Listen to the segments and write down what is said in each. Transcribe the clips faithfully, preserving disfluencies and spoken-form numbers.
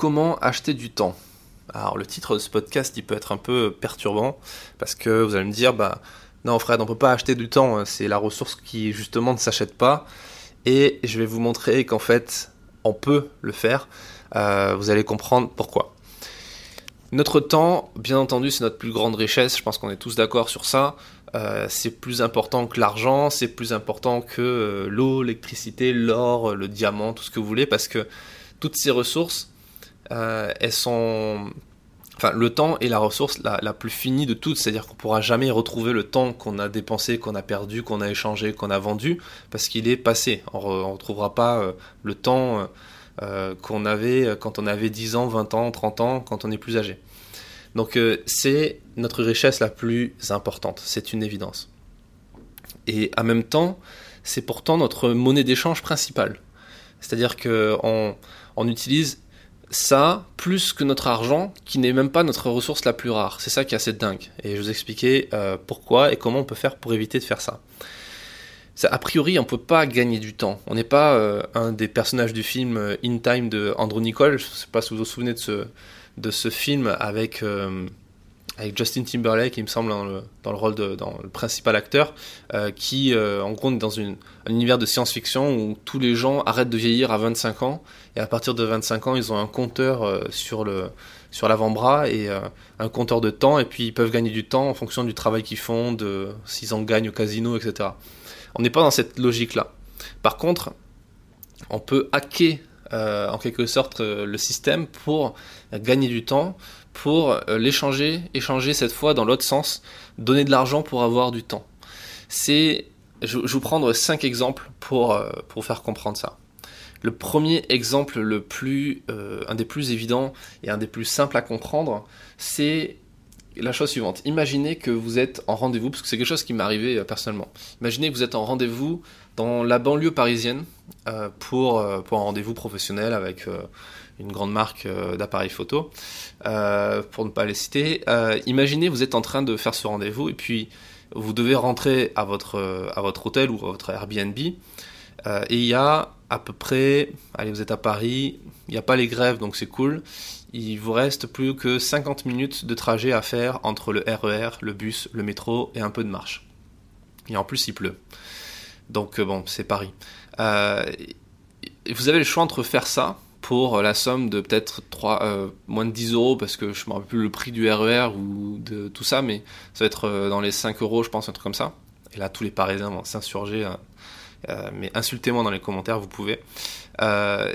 comment acheter du temps ? Alors le titre de ce podcast il peut être un peu perturbant parce que vous allez me dire bah non Fred, on peut pas acheter du temps, c'est la ressource qui justement ne s'achète pas, et je vais vous montrer qu'en fait on peut le faire. Euh, vous allez comprendre pourquoi. Notre temps, bien entendu, c'est notre plus grande richesse, je pense qu'on est tous d'accord sur ça. Euh, c'est plus important que l'argent, c'est plus important que euh, l'eau, l'électricité, l'or, le diamant, tout ce que vous voulez, parce que toutes ces ressources, euh, elles sont... Enfin, le temps est la ressource la, la plus finie de toutes, c'est-à-dire qu'on ne pourra jamais retrouver le temps qu'on a dépensé, qu'on a perdu, qu'on a échangé, qu'on a vendu, parce qu'il est passé. On ne retrouvera pas euh, le temps euh, qu'on avait quand on avait dix ans, vingt ans, trente ans, quand on est plus âgé. Donc euh, c'est notre richesse la plus importante, c'est une évidence. Et en même temps, c'est pourtant notre monnaie d'échange principale. C'est-à-dire qu'on on utilise ça plus que notre argent, qui n'est même pas notre ressource la plus rare. C'est ça qui est assez dingue. Et je vais vous expliquer euh, pourquoi et comment on peut faire pour éviter de faire ça. ça a priori, on ne peut pas gagner du temps. On n'est pas euh, un des personnages du film euh, In Time de Andrew Niccol. Je ne sais pas si vous vous souvenez de ce, de ce film avec, euh, avec Justin Timberlake, il me semble, dans le, dans le rôle de dans le principal acteur, euh, qui, euh, en gros, est dans une, un univers de science-fiction où tous les gens arrêtent de vieillir à vingt-cinq ans, et à partir de vingt-cinq ans, ils ont un compteur euh, sur, le, sur l'avant-bras, et euh, un compteur de temps, et puis ils peuvent gagner du temps en fonction du travail qu'ils font, de s'ils en gagnent au casino, et cetera. On n'est pas dans cette logique-là. Par contre, on peut hacker euh, en quelque sorte euh, le système pour gagner du temps, pour euh, l'échanger, échanger cette fois dans l'autre sens, donner de l'argent pour avoir du temps. C'est, je, je vais vous prendre cinq exemples pour, euh, pour faire comprendre ça. Le premier exemple, le plus, euh, un des plus évidents et un des plus simples à comprendre, c'est la chose suivante. Imaginez que vous êtes en rendez-vous, parce que c'est quelque chose qui m'est arrivé euh, personnellement. Imaginez que vous êtes en rendez-vous dans la banlieue parisienne euh, pour, euh, pour un rendez-vous professionnel avec euh, une grande marque euh, d'appareils photo, euh, pour ne pas les citer. Euh, imaginez vous êtes en train de faire ce rendez-vous et puis vous devez rentrer à votre, euh, à votre hôtel ou à votre Airbnb, euh, et il y a à peu près, allez vous êtes à Paris, il n'y a pas les grèves donc c'est cool. Il vous reste plus que cinquante minutes de trajet à faire entre le R E R, le bus, le métro et un peu de marche. Et en plus, il pleut. Donc bon, c'est Paris. Euh, vous avez le choix entre faire ça pour la somme de peut-être trois, euh, moins de dix euros, parce que je ne me rappelle plus le prix du R E R ou de tout ça, mais ça va être dans les cinq euros, je pense, un truc comme ça. Et là, tous les Parisiens vont s'insurger. Euh, mais insultez-moi dans les commentaires, vous pouvez. Euh,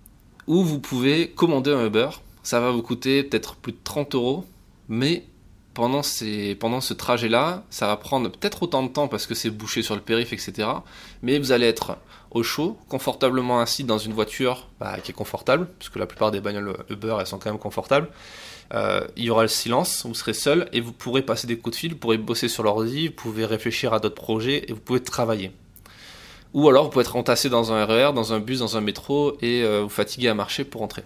ou vous pouvez commander un Uber. Ça va vous coûter peut-être plus de trente euros, mais pendant, ces, pendant ce trajet-là, ça va prendre peut-être autant de temps parce que c'est bouché sur le périph', et cetera. Mais vous allez être au chaud, confortablement assis dans une voiture bah, qui est confortable, parce que la plupart des bagnoles Uber, elles sont quand même confortables. Euh, il y aura le silence, vous serez seul, et vous pourrez passer des coups de fil, vous pourrez bosser sur l'ordi, vous pouvez réfléchir à d'autres projets, et vous pouvez travailler. Ou alors vous pouvez être entassé dans un R E R, dans un bus, dans un métro, et euh, vous fatiguer à marcher pour rentrer.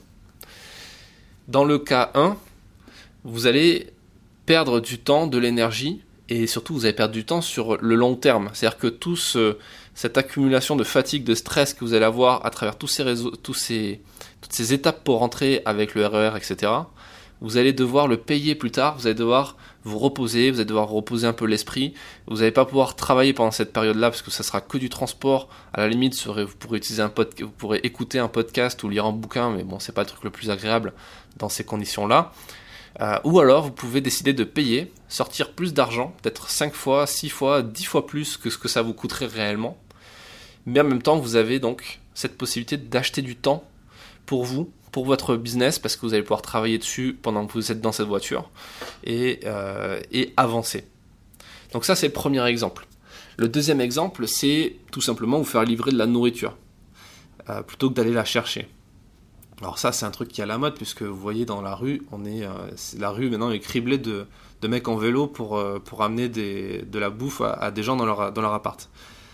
Dans le cas un, vous allez perdre du temps, de l'énergie, et surtout vous allez perdre du temps sur le long terme. C'est-à-dire que tout ce, cette accumulation de fatigue, de stress que vous allez avoir à travers tous ces réseaux, tous ces, toutes ces étapes pour rentrer avec le R E R, et cetera, vous allez devoir le payer plus tard, vous allez devoir vous reposer, vous allez devoir reposer un peu l'esprit, vous n'allez pas pouvoir travailler pendant cette période-là parce que ça sera que du transport. À la limite, vous pourrez utiliser un pod... vous pourrez écouter un podcast ou lire un bouquin, mais bon, c'est pas le truc le plus agréable dans ces conditions-là. Euh, ou alors, vous pouvez décider de payer, sortir plus d'argent, peut-être cinq fois, six fois, dix fois plus que ce que ça vous coûterait réellement. Mais en même temps, vous avez donc cette possibilité d'acheter du temps pour vous, pour votre business, parce que vous allez pouvoir travailler dessus pendant que vous êtes dans cette voiture et, euh, et avancer. Donc ça, c'est le premier exemple. Le deuxième exemple, c'est tout simplement vous faire livrer de la nourriture euh, plutôt que d'aller la chercher. Alors ça, c'est un truc qui est à la mode, puisque vous voyez dans la rue, on est, euh, c'est, la rue maintenant est criblée de, de mecs en vélo pour, euh, pour amener des, de la bouffe à, à des gens dans leur, dans leur appart.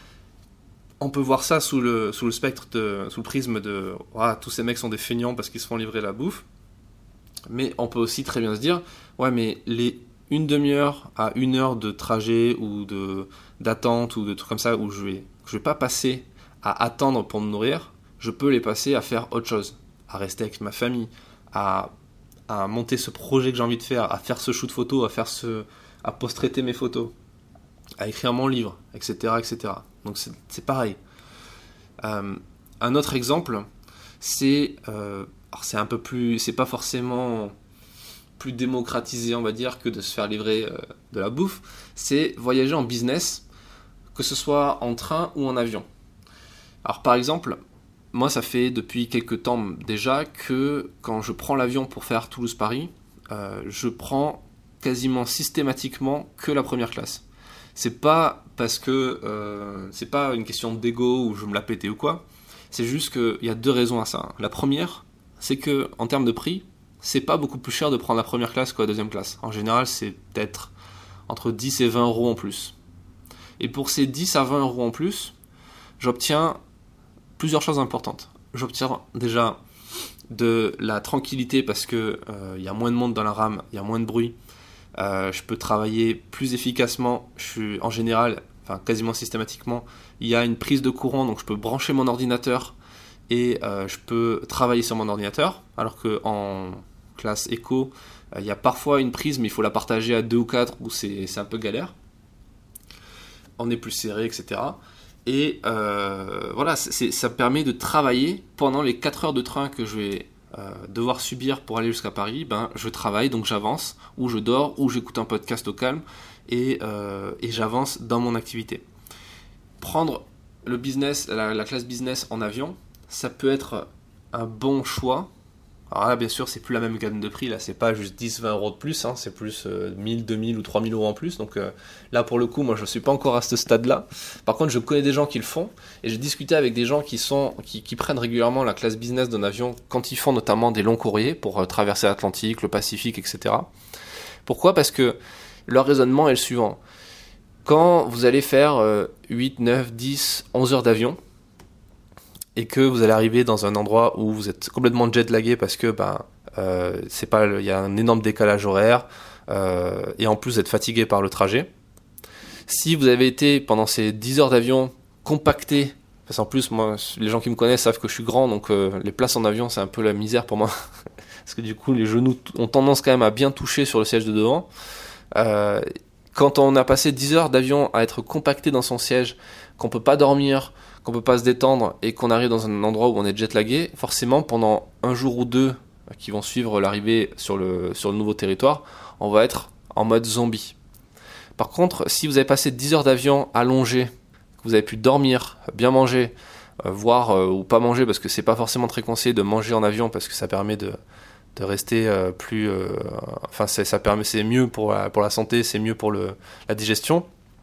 On peut voir ça sous le, sous le spectre, de, sous le prisme de ah, tous ces mecs sont des feignants parce qu'ils se font livrer la bouffe. Mais on peut aussi très bien se dire ouais, mais les une demi-heure à une heure de trajet ou de, d'attente ou de trucs comme ça où je vais, je vais pas passer à attendre pour me nourrir, je peux les passer à faire autre chose, à rester avec ma famille, à, à monter ce projet que j'ai envie de faire, à faire ce shoot photo, à faire ce, à post-traiter mes photos, à écrire mon livre, et cetera, et cetera. Donc c'est, c'est pareil. Euh, un autre exemple, c'est, euh, alors c'est un peu plus, c'est pas forcément plus démocratisé, on va dire, que de se faire livrer euh, de la bouffe. C'est voyager en business, que ce soit en train ou en avion. Alors par exemple, moi ça fait depuis quelques temps déjà que quand je prends l'avion pour faire Toulouse-Paris, euh, je prends quasiment systématiquement que la première classe. C'est pas parce que euh, c'est pas une question d'ego ou je me la pétais ou quoi. C'est juste qu'il y a deux raisons à ça. La première, c'est que en termes de prix, c'est pas beaucoup plus cher de prendre la première classe que la deuxième classe. En général, c'est peut-être entre dix et vingt euros en plus. Et pour ces dix à vingt euros en plus, j'obtiens plusieurs choses importantes. J'obtiens déjà de la tranquillité parce que euh, y a moins de monde dans la rame, il y a moins de bruit. Euh, je peux travailler plus efficacement. Je suis en général, enfin quasiment systématiquement, il y a une prise de courant, donc je peux brancher mon ordinateur et euh, je peux travailler sur mon ordinateur. Alors que en classe éco, euh, il y a parfois une prise, mais il faut la partager à deux ou quatre, où c'est, c'est un peu galère. On est plus serré, et cetera. Et euh, voilà, c'est, ça permet de travailler pendant les quatre heures de train que je vais euh, devoir subir pour aller jusqu'à Paris. Ben, je travaille, donc j'avance, ou je dors, ou j'écoute un podcast au calme, et, euh, et j'avance dans mon activité. Prendre le business, la, la classe business en avion, ça peut être un bon choix. Alors là, bien sûr, c'est plus la même gamme de prix. Là, c'est pas juste dix à vingt euros de plus, hein, c'est plus euh, mille, deux mille ou trois mille euros en plus. Donc euh, là, pour le coup, moi, je ne suis pas encore à ce stade-là. Par contre, je connais des gens qui le font. Et j'ai discuté avec des gens qui, sont, qui, qui prennent régulièrement la classe business d'un avion quand ils font notamment des longs courriers pour euh, traverser l'Atlantique, le Pacifique, et cetera. Pourquoi ? Parce que leur raisonnement est le suivant. Quand vous allez faire euh, huit, neuf, dix, onze heures d'avion, et que vous allez arriver dans un endroit où vous êtes complètement jet-lagué parce que bah, euh, c'est pas, il y a un énorme décalage horaire euh, et en plus vous êtes fatigué par le trajet. Si vous avez été pendant ces dix heures d'avion compacté, parce qu'en plus moi les gens qui me connaissent savent que je suis grand, donc euh, les places en avion c'est un peu la misère pour moi parce que du coup les genoux ont tendance quand même à bien toucher sur le siège de devant. Euh, quand on a passé dix heures d'avion à être compacté dans son siège, qu'on peut pas dormir, qu'on peut pas se détendre et qu'on arrive dans un endroit où on est jet-lagué, forcément pendant un jour ou deux qui vont suivre l'arrivée sur le, sur le nouveau territoire, on va être en mode zombie. Par contre, si vous avez passé dix heures d'avion allongé, que vous avez pu dormir, bien manger, euh, voire euh, ou pas manger, parce que c'est pas forcément très conseillé de manger en avion parce que ça permet de, de rester euh, plus... Euh, enfin, c'est, ça permet, c'est mieux pour la, pour la santé, c'est mieux pour le, la digestion.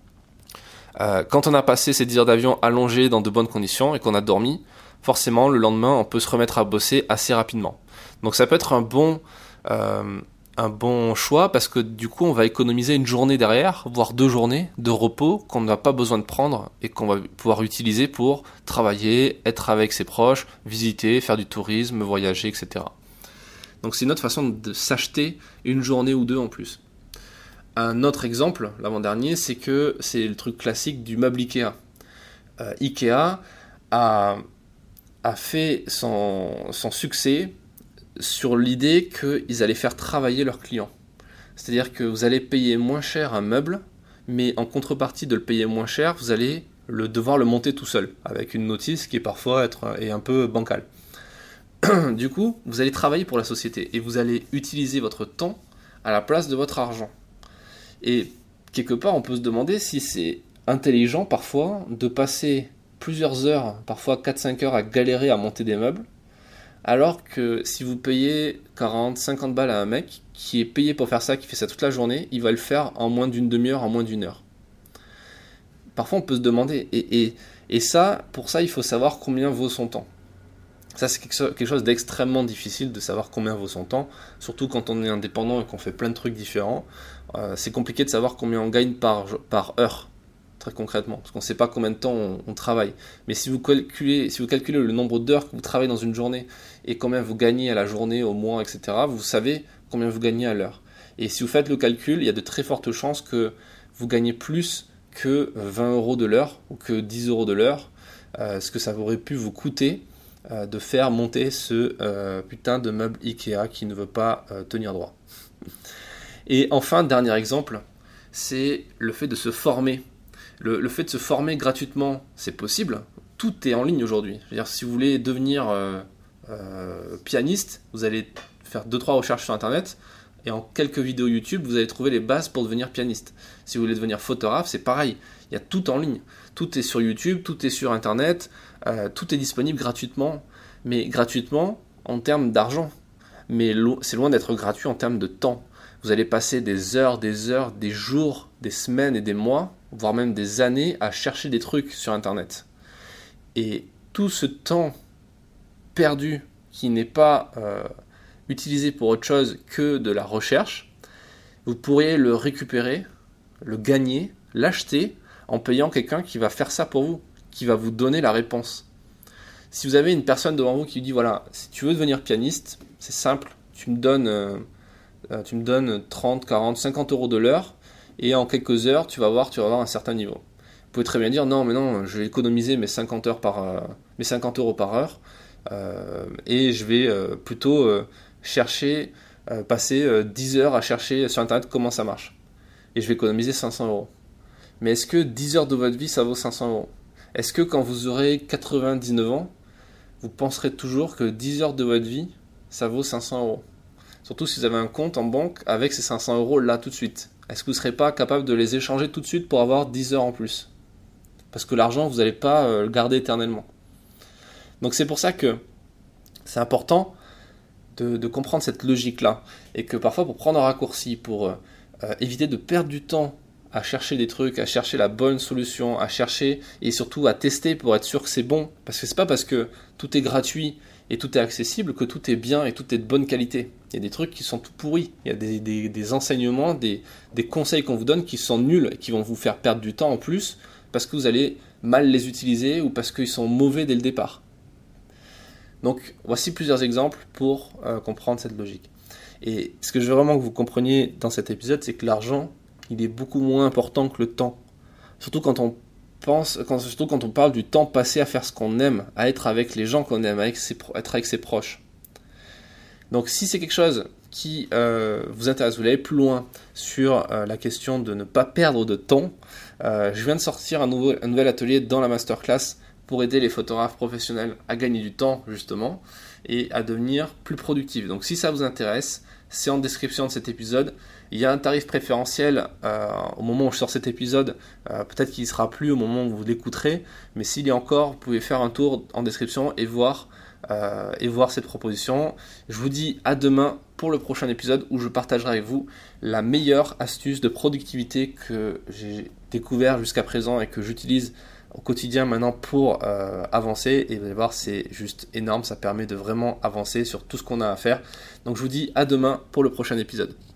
Euh, quand on a passé ces dix heures d'avion allongées dans de bonnes conditions et qu'on a dormi, forcément le lendemain on peut se remettre à bosser assez rapidement. Donc ça peut être un bon, euh, un bon choix parce que du coup on va économiser une journée derrière, voire deux journées de repos qu'on n'a pas besoin de prendre et qu'on va pouvoir utiliser pour travailler, être avec ses proches, visiter, faire du tourisme, voyager, et cetera. Donc c'est une autre façon de s'acheter une journée ou deux en plus. Un autre exemple, l'avant-dernier, c'est que c'est le truc classique du meuble Ikea. Euh, Ikea a, a fait son, son succès sur l'idée qu'ils allaient faire travailler leurs clients. C'est-à-dire que vous allez payer moins cher un meuble, mais en contrepartie de le payer moins cher, vous allez le, devoir le monter tout seul, avec une notice qui est parfois être, est un peu bancale. Du coup, vous allez travailler pour la société et vous allez utiliser votre temps à la place de votre argent. Et quelque part, on peut se demander si c'est intelligent parfois de passer plusieurs heures, parfois quatre à cinq heures à galérer à monter des meubles, alors que si vous payez quarante à cinquante balles à un mec qui est payé pour faire ça, qui fait ça toute la journée, il va le faire en moins d'une demi-heure, en moins d'une heure. Parfois, on peut se demander, et, et, et ça, pour ça, il faut savoir combien vaut son temps. Ça, c'est quelque chose d'extrêmement difficile de savoir combien vaut son temps, surtout quand on est indépendant et qu'on fait plein de trucs différents. Euh, c'est compliqué de savoir combien on gagne par, par heure, très concrètement, parce qu'on ne sait pas combien de temps on, on travaille. Mais si vous, calculez, si vous calculez le nombre d'heures que vous travaillez dans une journée et combien vous gagnez à la journée, au mois, et cetera, vous savez combien vous gagnez à l'heure. Et si vous faites le calcul, il y a de très fortes chances que vous gagnez plus que vingt euros de l'heure ou que dix euros de l'heure, euh, ce que ça aurait pu vous coûter euh, de faire monter ce euh, putain de meuble Ikea qui ne veut pas euh, tenir droit. Et enfin, dernier exemple, c'est le fait de se former. Le, le fait de se former gratuitement, c'est possible. Tout est en ligne aujourd'hui. Je veux dire, si vous voulez devenir euh, euh, pianiste, vous allez faire deux trois recherches sur Internet et en quelques vidéos YouTube, vous allez trouver les bases pour devenir pianiste. Si vous voulez devenir photographe, c'est pareil. Il y a tout en ligne. Tout est sur YouTube, tout est sur Internet, euh, tout est disponible gratuitement. Mais gratuitement en termes d'argent. Mais lo- c'est loin d'être gratuit en termes de temps. Vous allez passer des heures, des heures, des jours, des semaines et des mois, voire même des années à chercher des trucs sur Internet. Et tout ce temps perdu qui n'est pas euh, utilisé pour autre chose que de la recherche, vous pourriez le récupérer, le gagner, l'acheter en payant quelqu'un qui va faire ça pour vous, qui va vous donner la réponse. Si vous avez une personne devant vous qui vous dit voilà, si tu veux devenir pianiste, c'est simple, tu me donnes... Euh, tu me donnes trente, quarante, cinquante euros de l'heure et en quelques heures tu vas voir, tu vas avoir un certain niveau. Vous pouvez très bien dire non mais non, je vais économiser mes cinquante heures par euh, mes cinquante euros par heure euh, et je vais euh, plutôt euh, chercher euh, passer euh, dix heures à chercher sur internet comment ça marche et je vais économiser cinq cents euros. Mais est-ce que dix heures de votre vie ça vaut cinq cents euros? Est-ce que quand vous aurez quatre-vingt-dix-neuf ans, vous penserez toujours que dix heures de votre vie ça vaut cinq cents euros? Surtout si vous avez un compte en banque avec ces cinq cents euros là tout de suite. Est-ce que vous ne serez pas capable de les échanger tout de suite pour avoir dix heures en plus? Parce que l'argent, vous n'allez pas le garder éternellement. Donc c'est pour ça que c'est important de, de comprendre cette logique-là. Et que parfois pour prendre un raccourci, pour euh, éviter de perdre du temps à chercher des trucs, à chercher la bonne solution, à chercher et surtout à tester pour être sûr que c'est bon. Parce que c'est pas parce que tout est gratuit et tout est accessible que tout est bien et tout est de bonne qualité. Il y a des trucs qui sont tout pourris, il y a des, des, des enseignements, des, des conseils qu'on vous donne qui sont nuls et qui vont vous faire perdre du temps en plus parce que vous allez mal les utiliser ou parce qu'ils sont mauvais dès le départ. Donc voici plusieurs exemples pour euh, comprendre cette logique. Et ce que je veux vraiment que vous compreniez dans cet épisode, c'est que l'argent, il est beaucoup moins important que le temps. Surtout quand on pense, quand, surtout quand on parle du temps passé à faire ce qu'on aime, à être avec les gens qu'on aime, à être, ses, être avec ses proches. Donc si c'est quelque chose qui euh, vous intéresse, vous voulez aller plus loin sur euh, la question de ne pas perdre de temps, euh, je viens de sortir un, nouveau, un nouvel atelier dans la masterclass pour aider les photographes professionnels à gagner du temps justement et à devenir plus productifs. Donc si ça vous intéresse, c'est en description de cet épisode. Il y a un tarif préférentiel euh, au moment où je sors cet épisode, euh, peut-être qu'il ne sera plus au moment où vous l'écouterez, mais s'il y a encore, vous pouvez faire un tour en description et voir, euh, et voir cette proposition. Je vous dis à demain pour le prochain épisode où je partagerai avec vous la meilleure astuce de productivité que j'ai découvert jusqu'à présent et que j'utilise au quotidien maintenant pour euh, avancer, et vous allez voir, c'est juste énorme, ça permet de vraiment avancer sur tout ce qu'on a à faire. Donc je vous dis à demain pour le prochain épisode.